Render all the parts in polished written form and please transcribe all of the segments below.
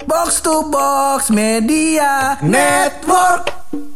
Box to Box Media Network.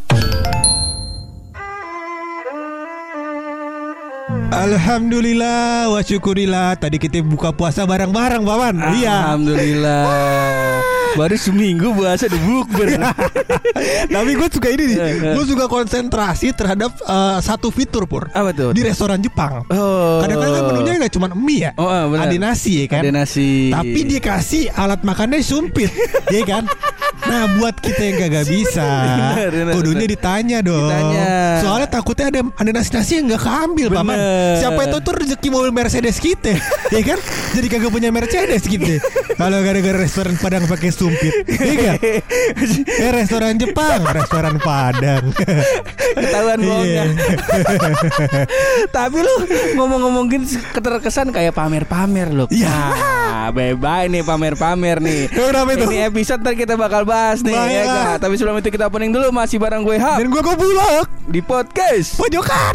Alhamdulillah wa syukurillah. Tadi kita buka puasa bareng-bareng, Paman. Iya. Alhamdulillah. Baru seminggu puasa udah bukber. Tapi gue suka ini nih. Gue suka konsentrasi terhadap satu fitur, Pur. Apa tuh? Di restoran Jepang. Oh. Kadang-kadang kan menunya gak cuma mie ya. Benar. Ada nasi ya kan. Ada nasi. Tapi dia kasih alat makannya sumpit. Ya kan. Nah buat kita yang gak bisa benar, kudunya ditanya dong. Soalnya takutnya ada nasi-nasi yang gak keambil, Paman. Siapa itu tuh rezeki mobil Mercedes kita. Ya kan. Jadi kagak punya Mercedes gitu. Kalau gara-gara restoran Padang pakai sumpit. Iya gak? Restoran Jepang, restoran Padang. Ketahuan bohongnya. Tapi lu ngomong-ngomong gini keterkesan kayak pamer-pamer lu. Iya. Bye-bye nih pamer-pamer nih. Kenapa itu? Ini episode ntar kita bakal bahas nih ya gak? Tapi sebelum itu kita opening dulu. Masih bareng gue Hap. Dan gue Bulog di podcast Pojokan.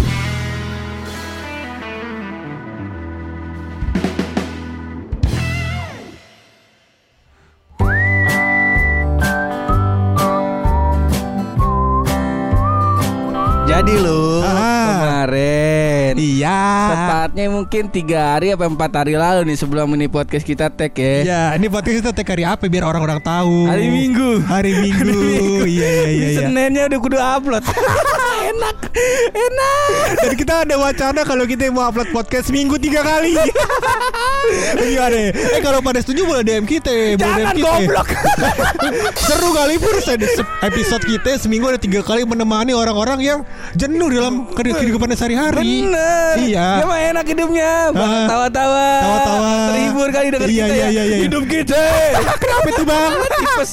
Jadi lu kemarin, iya, tepatnya mungkin 3 hari apa 4 hari lalu nih sebelum ini podcast kita tag ya. Iya, ini podcast kita tag hari apa biar orang-orang tahu. Hari Minggu. Iya. Seninnya udah kudu upload. Enak. Dan kita ada wacana kalau kita mau upload podcast seminggu 3 kali. Gimana? Kalau pada setuju boleh DM kita. Jangan goblok. Seru kali Pur. Episode kita seminggu ada 3 kali menemani orang-orang yang jenuh dalam kehidupan sehari-hari. Bener. Iya. Ya mah enak hidupnya. Tawa-tawa. Terhibur kali denger kita ya. Iya. Hidup kita. Kenapa itu Bang? Tipes.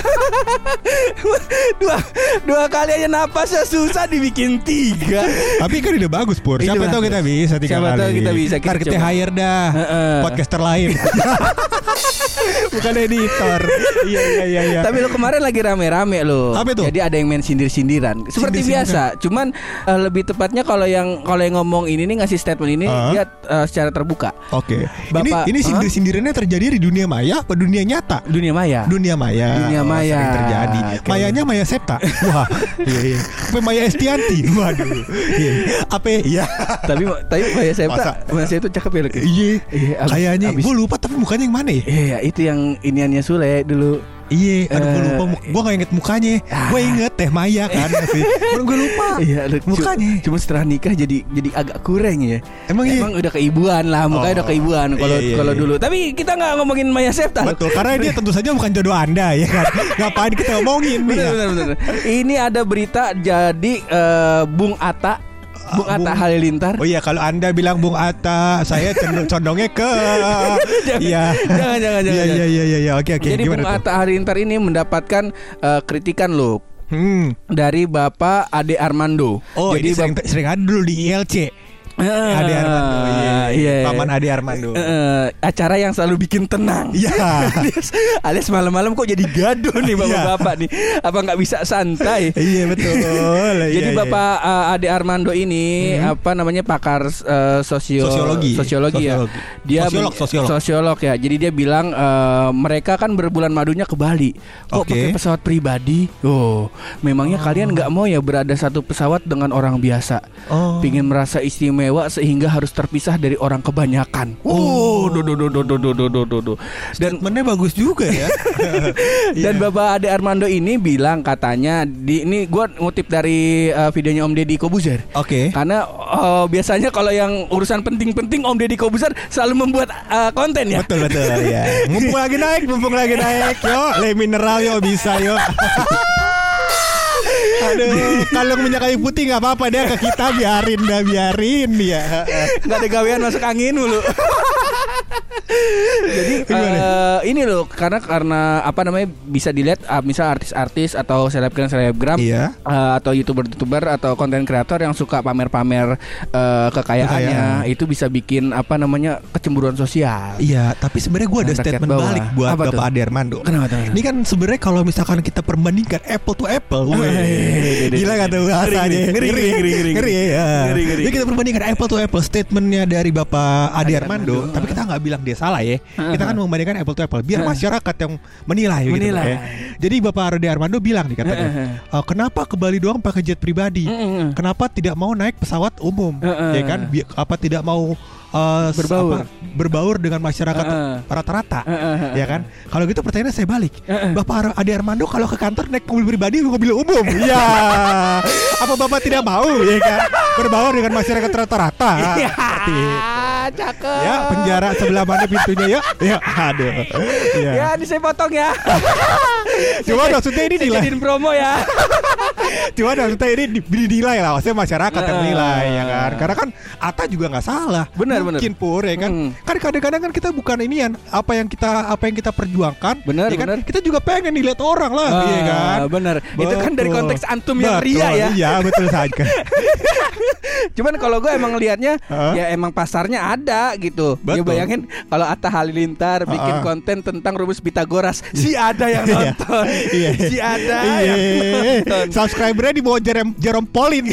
Dua kali aja napasnya susah dibikin 3. Tapi kan udah bagus Pur. Siapa tahu kita bisa 3 kali. Siapa tahu kita bisa. Ntar kita hire dah podcaster lain. Bukan editor. Iya. Tapi lo kemarin lagi rame-rame lo. Apa itu? Jadi ada yang main sindir-sindiran. Seperti biasa. Cuman lebih tepatnya kalau yang ngomong ini nih ngasih statement ini dia secara terbuka. Oke. Ini sindir-sindirannya terjadi di dunia maya apa dunia nyata? Dunia maya. Sering terjadi. Mayanya Maya Septa. Wah. Iya. Apa Maya Estianti? Waduh. Apa ya? Tapi Maya Septa masih itu cakep ya. Iya. Kayaknya gue lupa tapi mukanya yang mana ya? Iya, itu yang iniannya Sule dulu. Iya, aduh gue lupa. Gue gak inget mukanya. Gue inget Teh Maya kan. Gue lupa. Iya, mukanya. Cuma setelah nikah jadi agak kurang ya. Emang udah keibuan lah, mukanya udah keibuan kalau dulu. Tapi kita nggak ngomongin Maya Septa. Betul, karena dia tentu saja bukan jodoh Anda ya kan. Ngapain kita ngomongin? Benar. Ini ada berita jadi Bung Atta Halilintar. Oh iya, kalau Anda bilang Bung Atta, saya condongnya ke Iya. Jangan. Iya. Oke. Jadi Bung Atta Halilintar ini mendapatkan kritikan loh. Dari Bapak Ade Armando. Oh, jadi sering ada dulu di ILC. Ade Armando. Iya. Paman Ade Armando. Acara yang selalu bikin tenang. Iya. alias malam-malam kok jadi gaduh nih bapak-bapak nih. Apa nggak bisa santai? Iya betul. Jadi Bapak Ade Armando ini pakar sosiologi ya. Dia sosiolog ya. Jadi dia bilang mereka kan berbulan madunya ke Bali. Kok pakai pesawat pribadi? Memangnya kalian nggak mau ya berada satu pesawat dengan orang biasa? Pingin merasa istimewa sehingga harus terpisah dari orang kebanyakan. Dan statementnya bagus juga ya. Dan Bapak Ade Armando ini bilang katanya ini gue ngutip dari videonya Om Deddy Kobuzer. Oke. Karena biasanya kalau yang urusan penting-penting Om Deddy Kobuzer selalu membuat konten ya. Betul ya. Mumpung lagi naik. Yo, le mineral yo bisa yo. Aduh, kalau minyak kayu putih nggak apa-apa deh, ke kita biarin ya. Nggak ada gawean masuk angin mulu. Jadi ini loh karena bisa dilihat misal artis-artis atau selebgram atau youtuber atau konten kreator yang suka pamer-pamer kekayaannya itu bisa bikin kecemburuan sosial. Iya, tapi sebenarnya gue ada statement balik buat Bapak Ade Armando. Kenapa? Ini kan sebenarnya kalau misalkan kita perbandingkan apple to apple, gila gak tuh bahasanya? Ngeri ya. Jadi kita perbandingkan apple to apple statementnya dari Bapak Ade Armando, tapi kita nggak bilang dia salah ya. Kita kan membandingkan apple to apple biar masyarakat yang menilai. Gitu, ya. Jadi Bapak Ade Armando bilang nih katanya, kenapa ke Bali doang pakai jet pribadi? Kenapa tidak mau naik pesawat umum? Ya kan? Apa tidak mau berbaur dengan masyarakat rata-rata, ya kan? Kalau gitu pertanyaannya saya balik, Bapak Ade Armando kalau ke kantor naik mobil pribadi, mobil umum, ya? Apa Bapak tidak mau, ya kan? Berbaur dengan masyarakat rata-rata? Cakep. Ya, penjara sebelah mana pintunya ya? Ya, aduh. Ya, ini saya potong ya. Cuma maksudnya ini nilai. Jadiin promo ya. Cuma maksudnya ini dinilai lah, maksudnya masyarakat yang menilai ya kan. Karena kan Atta juga nggak salah. Benar. Mungkin Pur ya kan. Kan kadang-kadang kan kita bukan inian apa yang kita perjuangkan. Benar, ya kan? benar. Kita juga pengen dilihat orang lah, iya kan. Benar. Itu kan dari konteks antum yang ria ya. Iya, betul saja. Cuman kalau gue emang liatnya ya emang pasarnya ada gitu. Ya bayangin kalau Atta Halilintar bikin konten tentang rumus Pitagoras, si ada yang nonton. Si ada yang nonton. Subscribernya di bawah Jerome Pauline.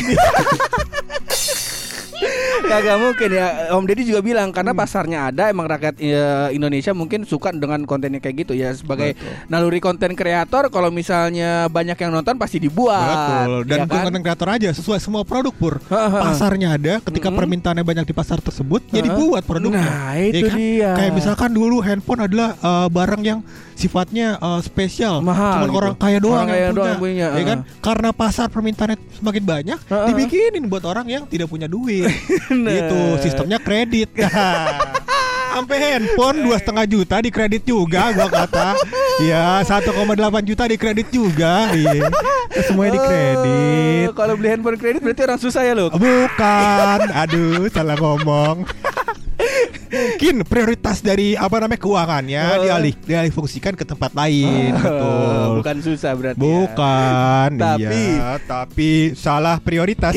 Kagak mungkin ya. Om Deddy juga bilang karena pasarnya ada, emang rakyat Indonesia mungkin suka dengan kontennya kayak gitu ya. Sebagai naluri konten kreator, kalau misalnya banyak yang nonton pasti dibuat. Betul. Dan ya kan? konten kreator aja sesuai semua produk Pur. Pasarnya ada, ketika permintaannya banyak di pasar tersebut, ya dibuat produknya. Nah itu ya kan? dia. Kayak misalkan dulu handphone adalah barang yang sifatnya spesial, mahal, cuma gitu. orang kaya doang yang punya. Ya kan? Karena pasar permintaannya semakin banyak, dibikinin buat orang yang tidak punya duit. Gitu, sistemnya kredit. Sampai handphone 2,5 juta di kredit juga, gua kata. Ya 1,8 juta di kredit juga. Iya. Semuanya di kredit. Kalau beli handphone kredit berarti orang susah ya lo? Bukan. Aduh, salah ngomong. Mungkin prioritas dari keuangannya dialih fungsikan ke tempat lain. Betul. Bukan susah berarti. Bukan. Ya. Tapi salah prioritas.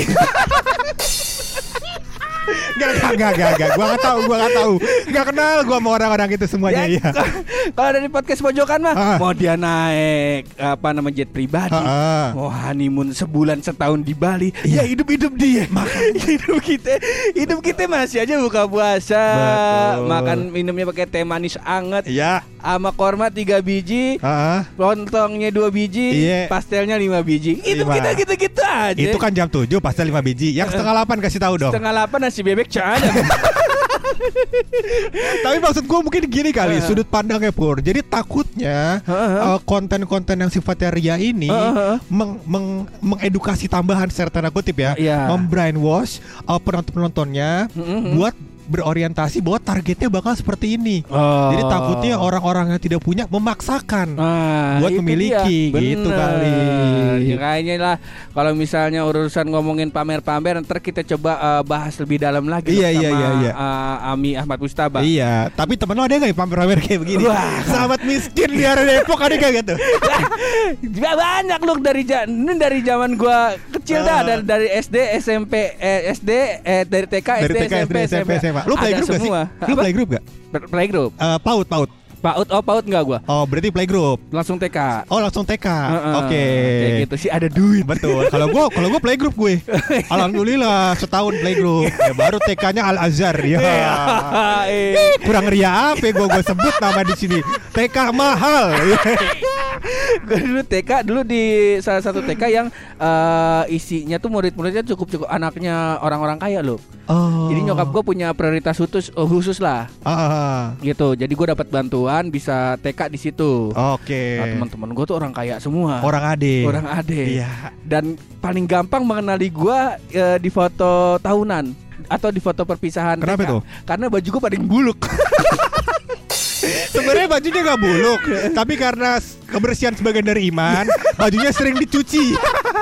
Gak. Gua gak tahu. Gak kenal gua sama orang-orang itu semuanya ya. Kalau dari podcast pojokan mah mau dia naik jet pribadi, mau honeymoon sebulan setahun di Bali, ya hidup dia. Hidup kita masih aja buka puasa, makan minumnya pakai teh manis anget, sama korma 3 biji, lontongnya 2 biji, pastelnya 5 biji. Hidup kita gitu-gitu aja. Itu kan jam 7 pastel 5 biji. Yang 7:30 kasih tahu dong. 7:30 nasi bebek ada. Tapi maksud gue mungkin gini kali sudut pandangnya Pur. Jadi takutnya konten-konten yang sifatnya ria ini mengedukasi tambahan secara tanda kutip ya, membrainwash penonton-penontonnya buat berorientasi bahwa targetnya bakal seperti ini. Jadi takutnya orang-orang yang tidak punya memaksakan buat memiliki gitu kali. Ya, kayaknya lah kalau misalnya urusan ngomongin pamer-pamer, ntar kita coba bahas lebih dalam lagi sama Ami Ahmad Mustaba. Iya, tapi temen lo ada gak ya pamer-pamer kayak begini? Sahabat miskin di area Depok ada gak gitu? Banyak loh dari zaman gua kecil dari SD, SMP, dari TK, SD, SMP. Lu playgroup gak sih? Lu playgroup gak? Playgroup. PAUD. PAUD enggak gua. Oh, berarti playgroup. Langsung TK. Oh, langsung TK. Oke. Kayak gitu sih, ada duit. Betul. Kalau gua playgroup gue. Alhamdulillah setahun playgroup. Ya baru TK-nya Al Azhar ya. Kurang ria apa gua sebut nama di sini. TK mahal. Gue dulu TK di salah satu TK yang isinya tuh murid-muridnya cukup anaknya orang-orang kaya loh. Jadi nyokap gue punya prioritas khusus lah. Gitu. Jadi gue dapat bantuan bisa TK di situ. Oke. Nah, teman-teman gue tuh orang kaya semua. Orang ade. Iya. Dan paling gampang mengenali gue di foto tahunan atau di foto perpisahan. Kenapa TK. tuh? Karena baju gue paling buluk. Sebenarnya bajunya gak buluk, tapi karena kebersihan sebagian dari iman, bajunya sering dicuci.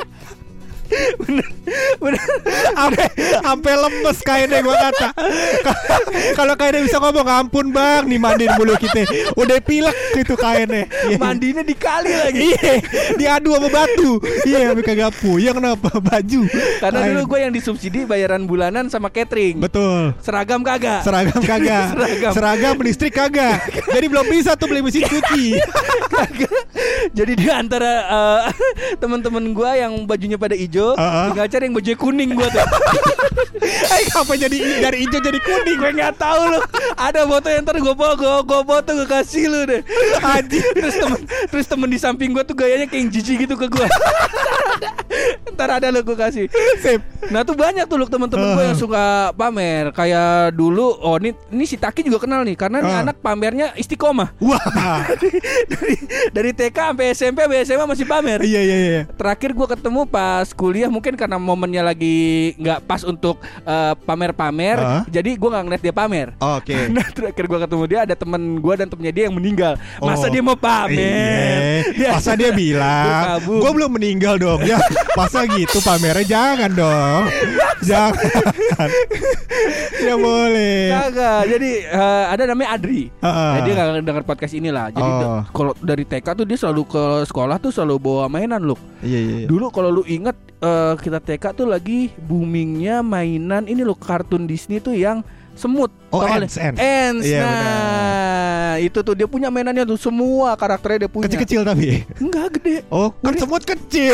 Bener. Sampai lemes kainnya gua kata. Kalau kainnya bisa ngomong, ampun bang, nih mandiin bulu kita. Udah pilek gitu kainnya. Mandinya dikali lagi. Diadu sama batu. Iya, kagak puyeng kenapa baju. Karena dulu gue yang disubsidi bayaran bulanan sama catering. Betul. Seragam kagak. Seragam listrik kagak. Jadi belum bisa tuh beli mesin cuci. Jadi dia antara teman-teman gue yang bajunya pada hijau, tinggal cari yang bajunya kuning gue tuh. Apa jadi dari hijau jadi kuning? Gue nggak tahu loh. Ada foto yang ntar gue foto gue kasih lu deh. Terus temen di samping gue tuh gayanya kayak jijik gitu ke gue. Ntar ada lo gue kasih. Sip. Nah tuh banyak tuh temen-temen gue yang suka pamer. Kayak dulu, ini si Taki juga kenal nih, karena nih anak pamernya istiqomah. Wah. dari TK sampai SMP, SMA masih pamer. Iya. Terakhir gue ketemu pas kuliah, mungkin karena momennya lagi nggak pas untuk pamer-pamer, jadi gue nggak ngeliat dia pamer. Oke. Nah terakhir gue ketemu dia, ada temen gue dan temennya dia yang meninggal. Masa dia mau pamer? Masa dia bilang gue belum meninggal dong ya. Masa gitu pamernya, jangan dong. Jangan. Ya boleh. Kagak. Jadi ada namanya Adri. Dia gak denger podcast inilah. Jadi kalau dari TK tuh dia selalu ke sekolah tuh selalu bawa mainan loh. Iya. Dulu kalau lu inget, kita TK tuh lagi boomingnya mainan ini loh, kartun Disney tuh yang semut. Ants. Iya, nah itu tuh dia punya mainannya tuh, semua karakternya dia punya. Kecil-kecil tapi enggak gede. Oh kan semut kecil.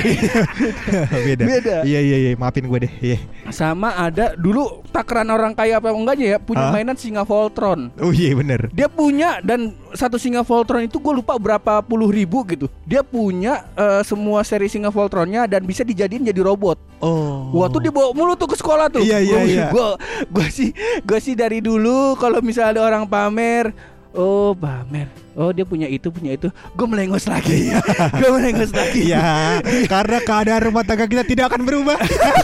Beda. Iya, maafin gue deh. Iya. Sama ada dulu takaran orang kaya apa enggaknya ya, punya mainan singa Voltron. Oh iya bener. Dia punya, dan satu singa Voltron itu gue lupa berapa puluh ribu gitu. Dia punya semua seri singa Voltronnya dan bisa dijadiin jadi robot. Wah tuh dia bawa mulu tuh ke sekolah tuh. Iya. Gue sih dari dulu kalau misalnya ada orang pamer, pamer, dia punya itu, gue melengos lagi. Ya, karena keadaan rumah tangga kita tidak akan berubah.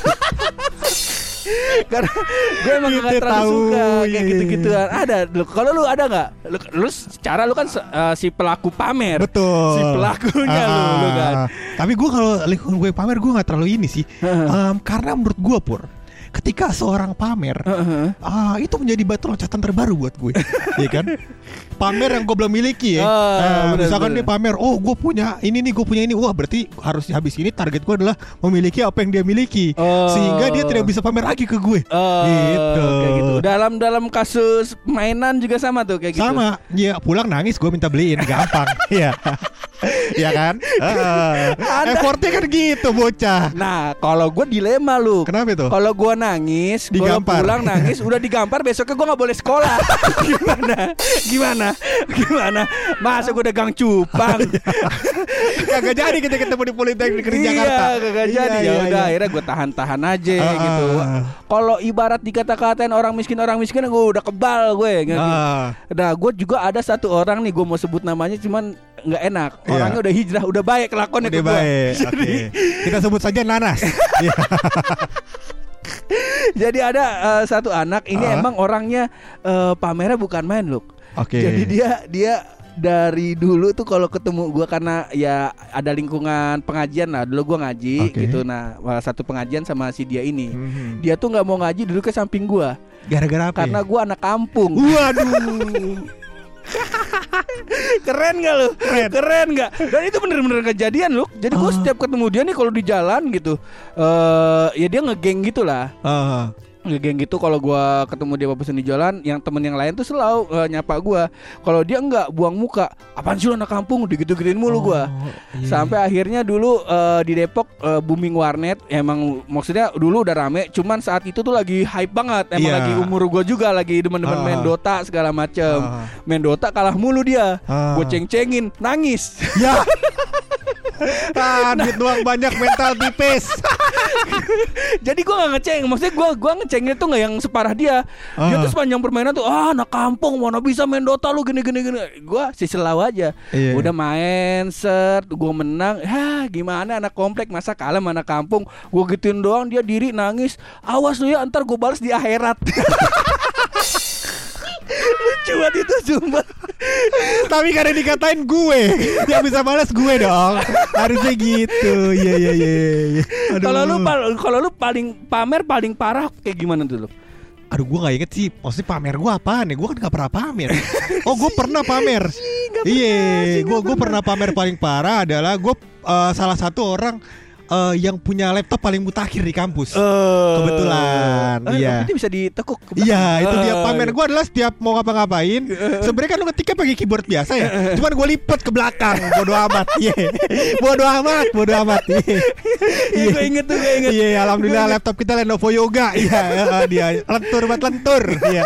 Karena gue emang gak terlalu suka kayak gitu-gituan. Ada, kalau lu ada nggak? Lu secara lu kan si pelaku pamer. Betul. Si pelakunya lu kan. Tapi gue kalau lingkungan gue pamer, gue nggak terlalu ini sih. Karena menurut gue Pur, ketika seorang pamer, itu menjadi batu loncatan terbaru buat gue. Iya kan? Pamer yang gue belum miliki ya. Misalkan dia pamer, gue punya ini nih, gue punya ini. Wah berarti harus habis ini target gue adalah memiliki apa yang dia miliki, sehingga dia tidak bisa pamer lagi ke gue. Gitu. Kayak gitu. Dalam kasus mainan juga sama tuh kayak gitu. Sama. Ya pulang nangis gue minta beliin, gampang. Iya. Ya kan? Effortnya kan gitu bocah. Nah kalau gue dilema lu. Kenapa itu? Kalau gue nangis, kalau pulang nangis, udah digampar, besoknya gue nggak boleh sekolah. Gimana? Masa gue dagang cupang? Kagak jadi kita ketemu di Politeknik di Jakarta. Iya, kagak jadi. Ya udah, akhirnya gue tahan aja gitu. Kalau ibarat dikata-katain orang miskin, gue udah kebal gue. Nah, gue juga ada satu orang nih, gue mau sebut namanya, cuman nggak enak. Orangnya udah hijrah, udah baik kelakuannya ke gue. Jadi kita sebut saja Nanas. Jadi ada satu anak ini emang orangnya pamernya bukan main loh. Jadi dia dari dulu tuh kalau ketemu gue, karena ya ada lingkungan pengajian lah, dulu gue ngaji gitu. Nah satu pengajian sama si dia ini, dia tuh nggak mau ngaji dulu ke samping gue. Gara-gara apa? Karena gue anak kampung. Waduh. Keren gak lu? Keren gak? Dan itu bener-bener kejadian lu. Jadi gue setiap ketemu dia nih kalau di jalan gitu, ya dia ngegeng gitu lah. Ngegeng gitu. Kalau gue ketemu dia papasan di jalan, yang temen yang lain tuh selalu nyapa gue. Kalau dia enggak, buang muka. Apaan sih lu anak kampung? Digitu-gituin mulu gue. Sampai akhirnya dulu di Depok booming warnet. Emang maksudnya dulu udah rame, cuman saat itu tuh lagi hype banget. Emang lagi umur gue juga lagi demen-demen main Dota segala macem. Main Dota kalah mulu dia. Gue ceng-cengin, nangis. Ya. Duit doang banyak, mental tipis. Jadi gue gak ngeceng. Maksudnya gue ngecengnya tuh gak yang separah dia. Dia tuh sepanjang permainan tuh, anak kampung mana bisa main Dota lu gini. Gue sih selau aja. Udah main set, gue menang. Gimana anak komplek masa kalah sama anak kampung. Gue gituin doang, dia diri nangis. Awas lu ya, ntar gue balas di akhirat. Lucu banget itu sumpah. Tapi karena dikatain gue, yang bisa balas gue dong. Harusnya gitu. Iya. Kalau lu paling pamer paling parah kayak gimana tuh lu? Aduh gue gak inget sih. Maksudnya pamer gue apaan ya? Gue kan gak pernah pamer. Gue pernah pamer. Iya, gue pernah pamer paling parah adalah gue salah satu orang yang punya laptop paling mutakhir di kampus. Kebetulan. Iya. Itu bisa ditekuk. Iya, itu dia pamer gue adalah setiap mau ngapa-ngapain. Sebenarnya kan lu ngetiknya pakai keyboard biasa ya. Cuman gue lipat ke belakang. Bodoh amat. Bodoh amat. Gue inget. Iya, alhamdulillah laptop kita Lenovo Yoga. Iya, dia lentur. Iya.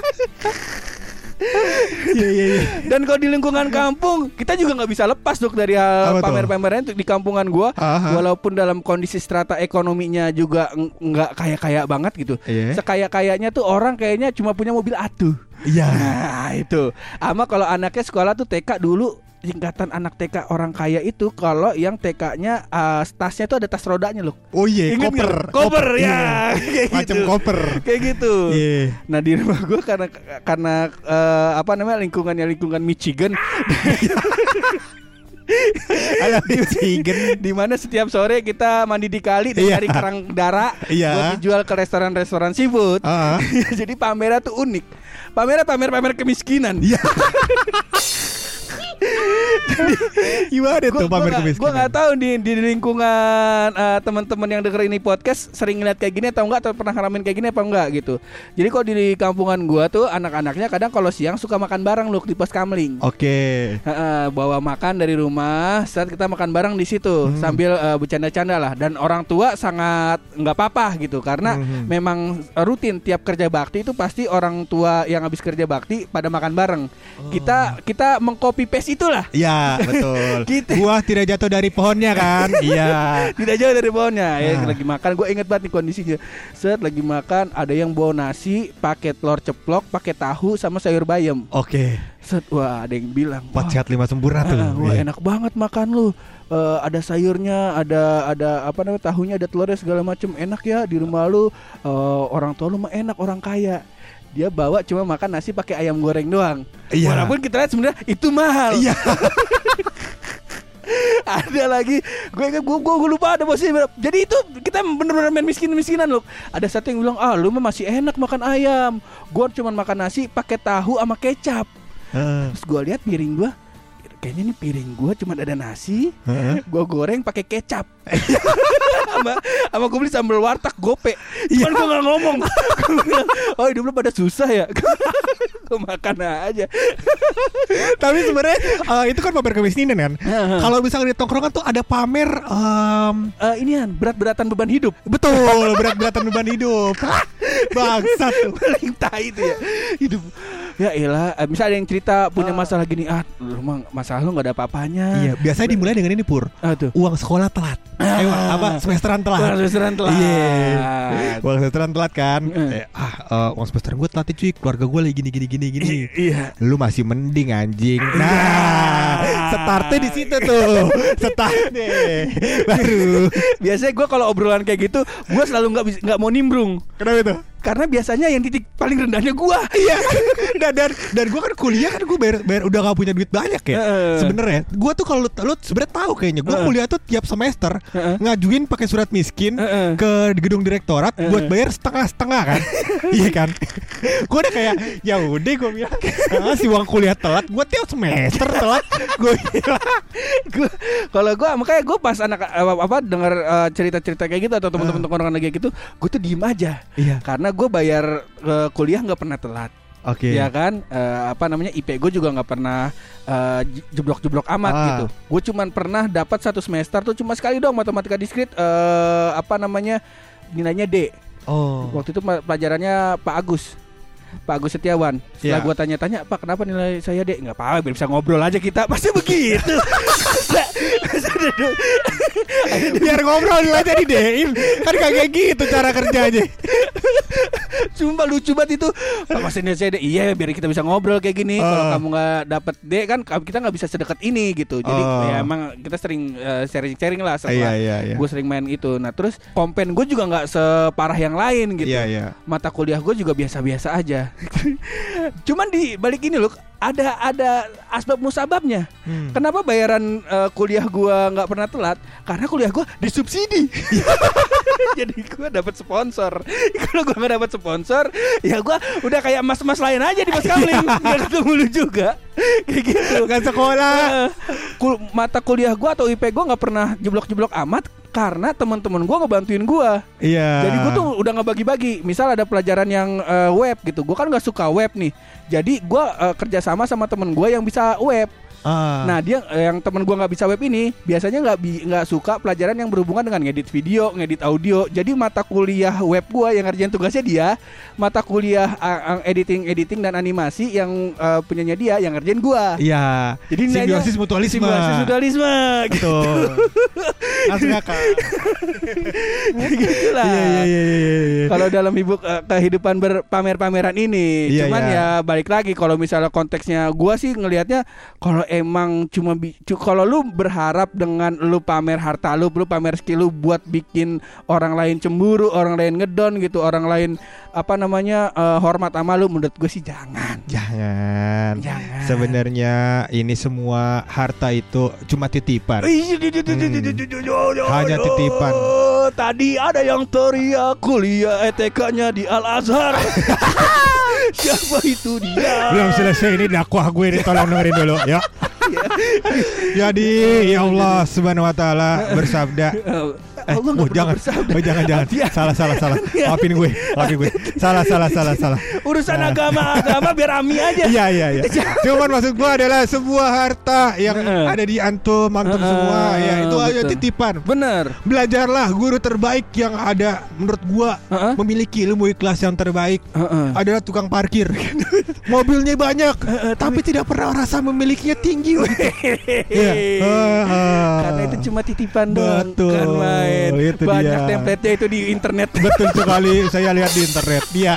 Iya. Dan kalau di lingkungan kampung kita juga nggak bisa lepas dok dari hal pamer-pameran di kampungan gua. Walaupun dalam kondisi strata ekonominya juga nggak kaya banget gitu. Sekaya-kayanya tuh orang kayaknya cuma punya mobil atuh. Iya. Nah itu. Ama kalau anaknya sekolah tuh TK dulu, tingkatan anak TK orang kaya itu kalau yang TK-nya tasnya tuh ada tas rodanya loh. Oh iya, koper ya. Kayak macam gitu. koper. Kayak gitu. Yeah. Nah di rumah gue karena lingkungan Michigan. Di mana setiap sore kita mandi di kali dan cari kerang darah buat dijual ke restoran seafood. Jadi pamernya tuh unik. Pamer kemiskinan. Gimana tuh pamer kemiskinan? Gue nggak tahu di lingkungan teman-teman yang denger ini podcast sering ngeliat kayak gini atau enggak, atau pernah ngalamin kayak gini apa enggak gitu. Jadi kalau di kampungan gue tuh anak-anaknya kadang kalau siang suka makan bareng loh di pos kamling. Oke. Bawa makan dari rumah, saat kita makan bareng di situ sambil bercanda-canda lah. Dan orang tua sangat nggak apa-apa gitu karena memang rutin tiap kerja bakti itu pasti orang tua yang habis kerja bakti pada makan bareng. Kita mengcopy paste itulah. Iya, betul. Buah tidak jatuh dari pohonnya kan? Iya. Tidak jauh dari pohonnya. Lagi makan, gue inget banget nih kondisinya. Set lagi makan, ada yang bawa nasi, pakai telur ceplok, pakai tahu sama sayur bayam. Oke. Set, wah ada yang bilang 4 sehat 5 sempurna tuh. Wah enak banget makan lu. Ada sayurnya, ada tahunya, ada telurnya segala macam. Enak ya di rumah lu. Orang tua lu mah enak, orang kaya. Dia bawa cuma makan nasi pakai ayam goreng doang. Iya. Walaupun kita lihat sebenarnya itu mahal. Iya. Ada lagi, gue lupa ada bosnya. Jadi itu kita bener-bener main miskinan loh. Ada satu yang bilang, lu mah masih enak makan ayam. Gue cuma makan nasi pakai tahu sama kecap. Terus gue lihat piring gue, kayaknya ini piring gue cuma ada nasi, gue goreng pakai kecap. Sama gue beli sambal warteg gope. Cuman gue gak ngomong. Oh hidup lu pada susah ya. Gue makan aja. Tapi sebenarnya itu kan pamer kemiskinan kan. Kalau misalnya di tongkrongan tuh ada pamer inian berat-beratan beban hidup. Betul, berat-beratan beban hidup. Bangsat tuh. Paling tai itu ya. Hidup. Ya elah, misalnya ada yang cerita punya masalah gini, masalah lu gak ada apa-apanya. Iya, biasanya dimulai dengan ini Pur. Uang sekolah telat. Semesteran telat. Iya. Uang semesteran telat kan. Uang semesteran gue telat cuy, keluarga gue lagi gini. Iya. Lu masih mending anjing. Nah, startnya di situ tuh. Startnya. Baru. Biasanya gue kalau obrolan kayak gitu, gue selalu nggak mau nimbrung. Kenapa itu? Karena biasanya yang titik paling rendahnya gue. Iya. Dan gue kan kuliah kan gue bayar udah gak punya duit banyak ya. Sebenarnya gue tuh kalau lu sebenarnya tahu kayaknya gue kuliah tuh tiap semester ngajuin pakai surat miskin ke gedung direktorat buat bayar setengah kan. Iya kan. Gue udah kayak ya udah gue bilang si uang kuliah telat gue tiap semester telat. Gue kalau gue makanya gue pas dengar cerita-cerita kayak gitu atau teman-teman orang kayak gitu, gue tuh diem aja. Iya. Karena gue bayar kuliah nggak pernah telat. Oke. Ya kan, IP gue juga nggak pernah jeblok-jeblok amat gitu. Gue cuman pernah dapat 1 semester tuh cuma sekali doang matematika diskrit, nilainya D. Waktu itu pelajarannya Pak Agus Setiawan. Setelah gue tanya-tanya, Pak kenapa nilai saya D? Nggak apa-apa, biar bisa ngobrol aja kita. Pasti begitu. Biar ngobrol nilainya di-D-in. Kan kayak gitu cara kerjanya. Sumpah lucu banget itu. Pak masih nilai saya D. Iya biar kita bisa ngobrol kayak gini. Kalau kamu gak dapet D kan kita gak bisa sedekat ini gitu. Jadi ya emang kita sering sharing lah setelah gue sering main itu. Nah terus kompen gue juga gak separah yang lain gitu. Mata kuliah gue juga biasa-biasa aja. Cuman di balik ini loh, ada asbab musababnya. Kenapa bayaran kuliah gua nggak pernah telat? Karena kuliah gua disubsidi. Jadi gua dapat sponsor. Kalau gua nggak dapat sponsor, ya gua udah kayak mas-mas lain aja di pos kamling, nggak ketemu lu juga. Kayak gitu. Nggak sekolah. Mata kuliah gua atau IP gua nggak pernah jeblok-jeblok amat. karena teman-teman gue ngebantuin gue. Iya. Jadi gue tuh udah ngebagi-bagi. Misal ada pelajaran yang web gitu, gue kan nggak suka web nih. Jadi gue kerja sama teman gue yang bisa web. Nah dia yang temen gue nggak bisa web ini biasanya nggak suka pelajaran yang berhubungan dengan ngedit video, ngedit audio. Jadi mata kuliah web gue yang ngerjain tugasnya dia, mata kuliah editing dan animasi yang punyanya dia yang ngerjain gue. Iya. Jadi simbiosis mutualisme gitu. Langsung akal. Gitulah. Iya. Kalau dalam kehidupan berpamer-pameran ini, cuman ya balik lagi kalau misalnya konteksnya gue sih ngelihatnya kalau emang cuma kalau lu berharap dengan lu pamer harta lu pamer skill lu buat bikin orang lain cemburu, orang lain ngedon gitu, orang lain hormat sama lu, menurut gue sih jangan. Sebenarnya ini semua harta itu cuma titipan. Hanya titipan. Tadi ada yang teriak kuliah ETK-nya di Al-Azhar. Siapa itu dia? Belum selesai ini dakwah gue ini, tolong dengerin dulu ya. Jadi ya Allah Subhanahu wa taala bersabda. Jangan. Salah. Maafin gue. Salah. Urusan agama biar Ami aja. Iya. Cuman maksud gue adalah sebuah harta yang ada di antum semua. Ya itu aja titipan. Bener. Belajarlah guru terbaik yang ada menurut gue memiliki ilmu ikhlas yang terbaik adalah tukang parkir. Mobilnya banyak, tapi tidak pernah rasa memilikinya tinggi. Karena itu cuma titipan doang. Kan main. Itu banyak dia. template-nya itu di internet. Betul sekali, saya lihat di internet. Iya.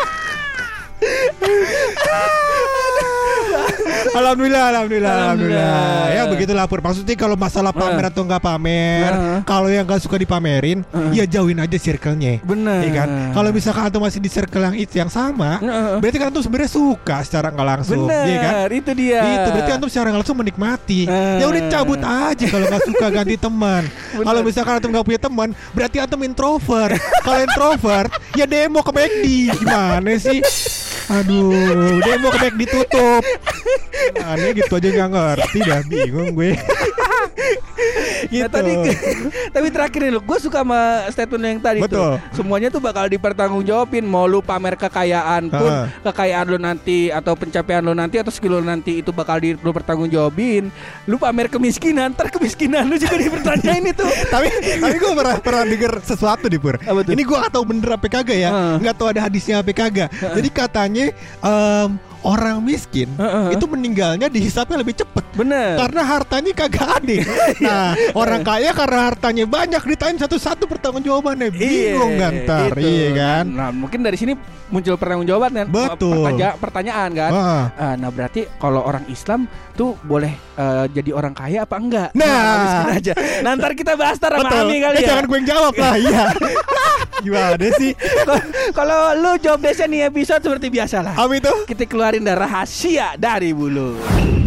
Alhamdulillah. Ya begitulah Pur. Maksudnya kalau masalah pamer atau nggak pamer, kalau yang nggak suka dipamerin, ya jauhin aja circle-nya. Benar. Iya kan? Kalau misalkan antum masih di circle yang sama, berarti kan antum sebenarnya suka secara nggak langsung. Benar. Iya kan? Itu dia. Itu berarti antum secara nggak langsung menikmati. Ya udah cabut aja kalau nggak suka, ganti teman. Kalau misalkan antum nggak punya teman, berarti antum introvert. Kalau introvert, ya demo ke McD. Gimana sih? Aduh, demo ke McD ditutup. Aneh gitu aja nggak ngerti, dah bingung gue. Gitu. Nah, tapi terakhir nih, gue suka sama statement yang tadi. Betul. Tuh. Semuanya tuh bakal dipertanggungjawabin. Mau lu pamer kekayaan pun, kekayaan lu nanti atau pencapaian lu nanti atau skill lu nanti itu bakal lu pertanggungjawabin. Lu pamer kemiskinan, kemiskinan lu juga dipertanyain itu. Tapi gue pernah denger sesuatu di Pur. Ini gue gak tahu bener apa kagak ya. Gak tahu ada hadisnya apa kagak. Jadi katanya orang miskin itu meninggalnya dihisapnya lebih cepat. Bener. Karena hartanya kagak ada. Nah, orang kaya karena hartanya banyak ditanya satu-satu pertanggungjawabannya. Bingung kan ntar. Iya kan? Nah, mungkin dari sini muncul pertanggungjawaban kan. Betul. Pertanyaan kan. Nah, berarti kalau orang Islam tuh boleh jadi orang kaya apa enggak? Nah, aja. Nah, ntar kita bahas sama Ami kali ya. Jangan gue yang jawab lah. Iya. Gimana sih? Kalau lu jawab desa nih episode seperti biasa lah. Ami tuh kita keluarin rahasia dari bulu.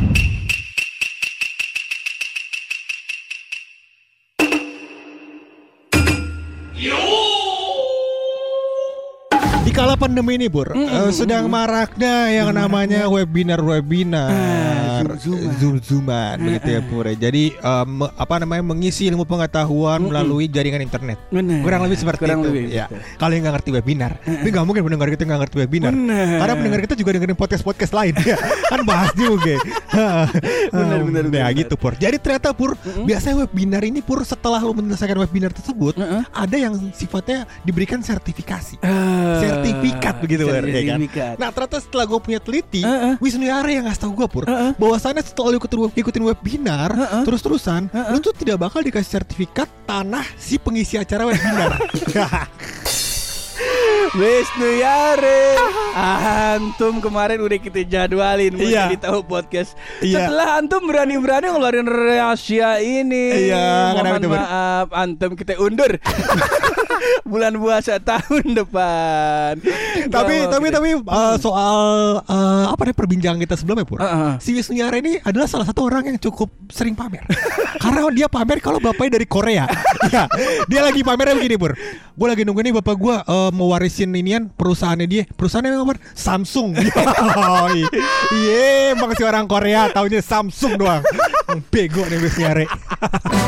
Di kala pandemi ini Pur, sedang maraknya yang namanya webinar Zoom-Zooman begitu ya Pur. Jadi mengisi ilmu pengetahuan melalui jaringan internet. Kurang lebih seperti itu. Ya. Kalau yang nggak ngerti webinar, tapi nggak mungkin pendengar kita nggak ngerti webinar. Karena pendengar kita juga dengerin podcast lain ya. Kan bahas juga. Benar. Ya gitu Pur. Jadi ternyata Pur, biasanya webinar ini Pur, setelah lo menyelesaikan webinar tersebut, ada yang sifatnya diberikan sertifikasi. Sertifikat begitu ya kan. Nah ternyata setelah gue punya teliti, Wisnu Yare yang ngasih tau gue Pur, bahwasannya setelah lu ikutin webinar terus-terusan, lu tuh tidak bakal dikasih sertifikat tanah si pengisi acara webinar. Wisnu Yare, antum kemarin udah kita jadwalin mau jadi tahu podcast. Setelah antum berani-berani ngeluarin rahasia ini, mohon maaf, antum kita undur. Bulan puasa tahun depan. Tapi soal perbincangan kita sebelumnya Pur, si Wisnu Yare ini adalah salah satu orang yang cukup sering pamer. Karena dia pamer kalau bapaknya dari Korea. Ya, dia lagi pamernya begini Pur. Gue lagi nunggu nih bapak gue mau warisin inian perusahaannya dia. Perusahaannya apa? Samsung. Iya, emang si orang Korea taunya Samsung doang. Bego nih Wisnu Yare.